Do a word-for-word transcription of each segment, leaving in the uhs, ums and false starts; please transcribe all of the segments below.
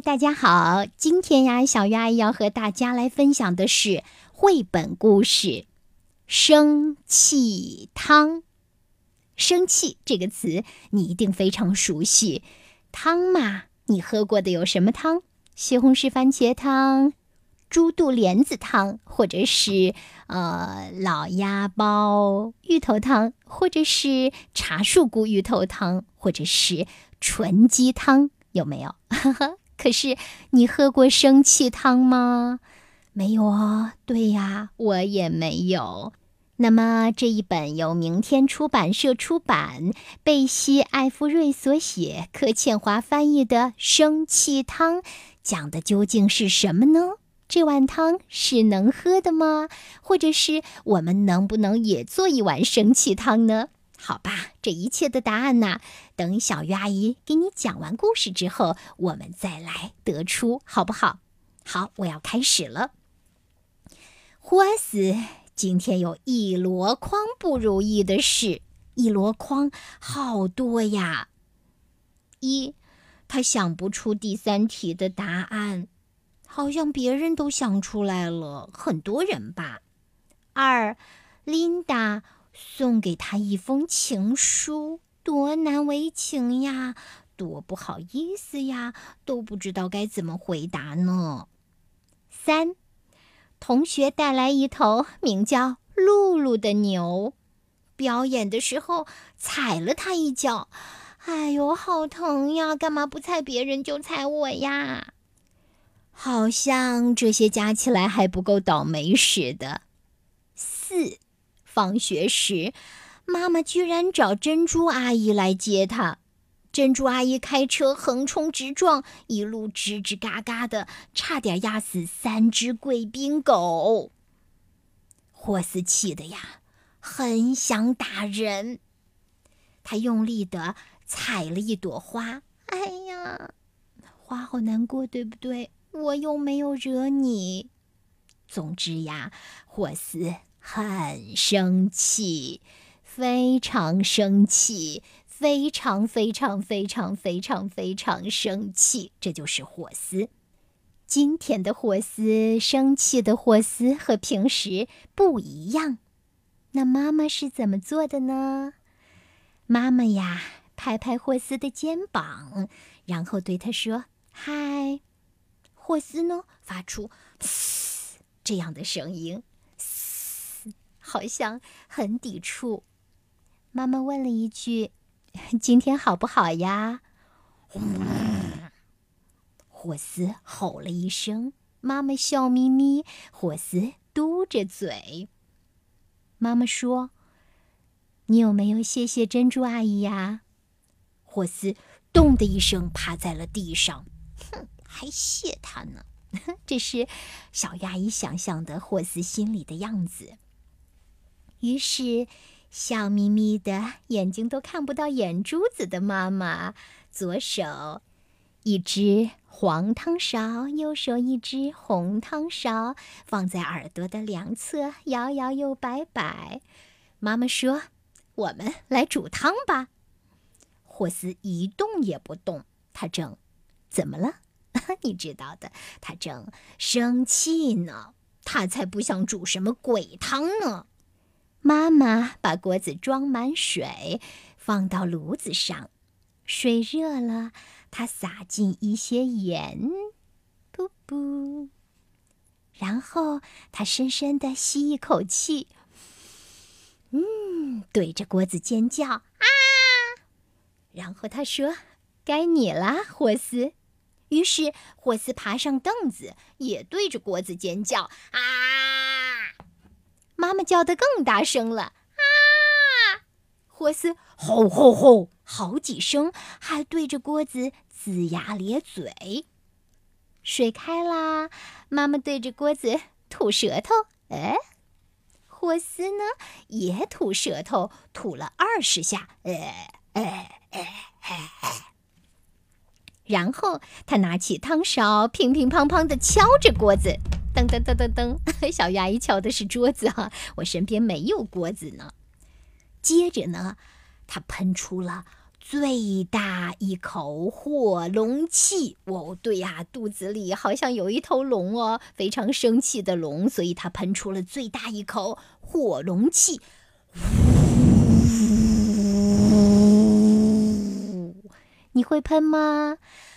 大家好，今天呀，小鱼阿姨要和大家来分享的是绘本故事《生气汤》。生气这个词你一定非常熟悉，汤嘛，你喝过的有什么汤？西红柿番茄汤、猪肚莲子汤，或者是呃老鸭煲芋头汤，或者是茶树菇芋头汤，或者是纯鸡汤，有没有？可是你喝过生气汤吗？没有哦。对呀，我也没有。那么这一本由明天出版社出版，贝西·艾夫瑞所写，柯倩华翻译的《生气汤》，讲的究竟是什么呢？这碗汤是能喝的吗？或者是我们能不能也做一碗生气汤呢？好吧，这一切的答案呢，等小鱼阿姨给你讲完故事之后，我们再来得出，好不好？好，我要开始了。霍斯今天有一箩筐不如意的事，一箩筐好多呀。一，他想不出第三题的答案，好像别人都想出来了，很多人吧。二，琳达送给他一封情书，多难为情呀，多不好意思呀，都不知道该怎么回答呢。三，同学带来一头名叫露露的牛，表演的时候踩了他一脚，哎呦，好疼呀，干嘛不踩别人就踩我呀？好像这些加起来还不够倒霉似的。四，放学时，妈妈居然找珍珠阿姨来接她。珍珠阿姨开车横冲直撞，一路吱吱嘎嘎的，差点压死三只贵宾狗。霍斯气得呀，很想打人。他用力地踩了一朵花，哎呀，花好难过，对不对？我又没有惹你。总之呀，霍斯很生气，非常生气，非常非常非常非常非常生气，这就是霍斯。今天的霍斯，生气的霍斯和平时不一样。那妈妈是怎么做的呢？妈妈呀，拍拍霍斯的肩膀，然后对他说：“嗨。”霍斯呢，发出嘶这样的声音，嘶，好像很抵触。妈妈问了一句：“今天好不好呀？”霍斯吼了一声，妈妈笑眯眯，霍斯嘟着嘴。妈妈说：“你有没有谢谢珍珠阿姨呀？”霍斯咚的一声趴在了地上，哼，还谢他呢。这是小鱼阿姨想象的霍斯心里的样子。于是笑眯眯的，眼睛都看不到眼珠子的妈妈，左手一只黄汤勺，右手一只红汤勺，放在耳朵的两侧，摇摇又摆摆。妈妈说：“我们来煮汤吧。”霍斯一动也不动，他正怎么了？你知道的，他正生气呢，他才不想煮什么鬼汤呢。妈妈把锅子装满水，放到炉子上，水热了，她撒进一些盐，噗噗，然后她深深地吸一口气，嗯，对着锅子尖叫啊！然后她说：“该你啦，霍斯。”于是霍斯爬上凳子，也对着锅子尖叫啊！妈妈叫得更大声了啊！霍斯吼吼吼好几声，还对着锅子龇牙咧嘴。水开啦，妈妈对着锅子吐舌头，哎，霍斯呢也吐舌头，吐了二十下，哎哎哎哎哎。然后他拿起汤勺，乒乒乓乓地敲着锅子，噔噔噔噔噔。小鱼阿姨敲的是桌子啊，我身边没有锅子呢。接着呢，他喷出了最大一口火龙气。哦，对呀，肚子里好像有一头龙哦，非常生气的龙，所以它喷出了最大一口火龙气。你会喷吗？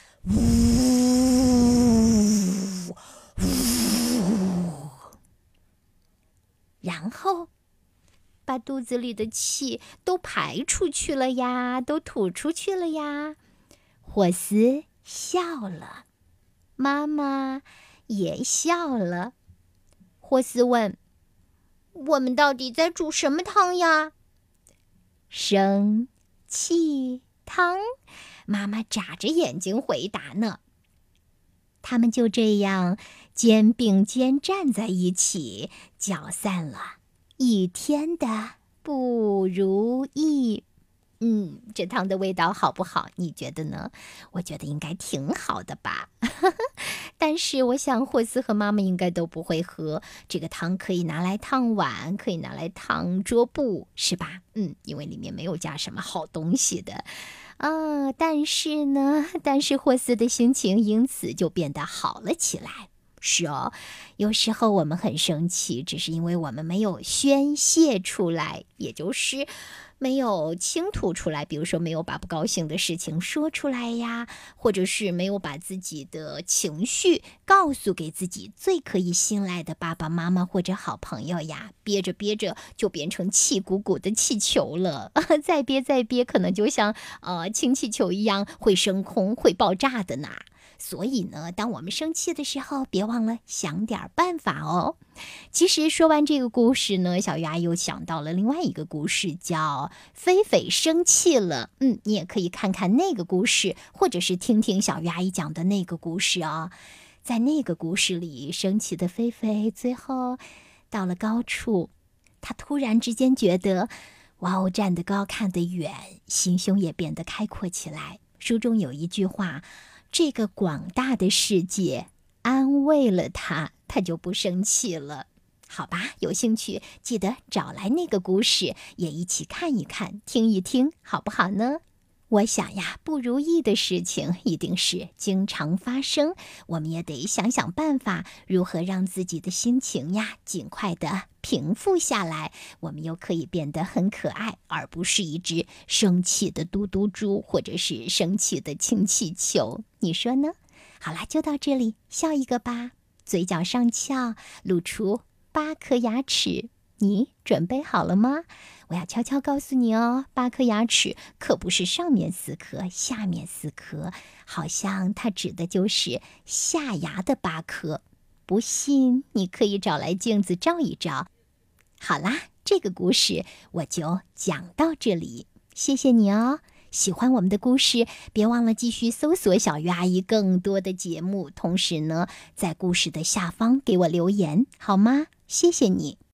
然后把肚子里的气都排出去了呀，都吐出去了呀。霍斯笑了，妈妈也笑了。霍斯问：我们到底在煮什么汤呀？生气汤，妈妈眨着眼睛回答呢。他们就这样肩并肩站在一起，搅散了一天的不如意。嗯，这汤的味道好不好？你觉得呢？我觉得应该挺好的吧。但是我想霍斯和妈妈应该都不会喝这个汤，可以拿来烫碗，可以拿来烫桌布，是吧？嗯，因为里面没有加什么好东西的。啊，但是呢，但是霍斯的心情因此就变得好了起来。是哦，有时候我们很生气，只是因为我们没有宣泄出来，也就是没有倾吐出来，比如说没有把不高兴的事情说出来呀，或者是没有把自己的情绪告诉给自己最可以信赖的爸爸妈妈或者好朋友呀，憋着憋着就变成气鼓鼓的气球了，再憋再憋，可能就像呃氢气球一样会升空、会爆炸的呢。所以呢，当我们生气的时候，别忘了想点办法哦。其实说完这个故事呢，小鱼阿姨又想到了另外一个故事，叫菲菲生气了。嗯，你也可以看看那个故事，或者是听听小鱼阿姨讲的那个故事哦。在那个故事里，生气的菲菲最后到了高处，她突然之间觉得，哇哦，站得高看得远，心胸也变得开阔起来。书中有一句话，这个广大的世界安慰了他，他就不生气了。好吧，有兴趣记得找来那个故事，也一起看一看，听一听，好不好呢？我想呀，不如意的事情一定是经常发生，我们也得想想办法，如何让自己的心情呀尽快的平复下来，我们又可以变得很可爱，而不是一只生气的嘟嘟猪，或者是生气的氢气球，你说呢？好啦，就到这里，笑一个吧，嘴角上翘，露出八颗牙齿，你准备好了吗？我要悄悄告诉你哦，八颗牙齿可不是上面四颗，下面四颗，好像它指的就是下牙的八颗。不信，你可以找来镜子照一照。好啦，这个故事我就讲到这里，谢谢你哦。喜欢我们的故事，别忘了继续搜索小鱼阿姨更多的节目，同时呢，在故事的下方给我留言，好吗？谢谢你。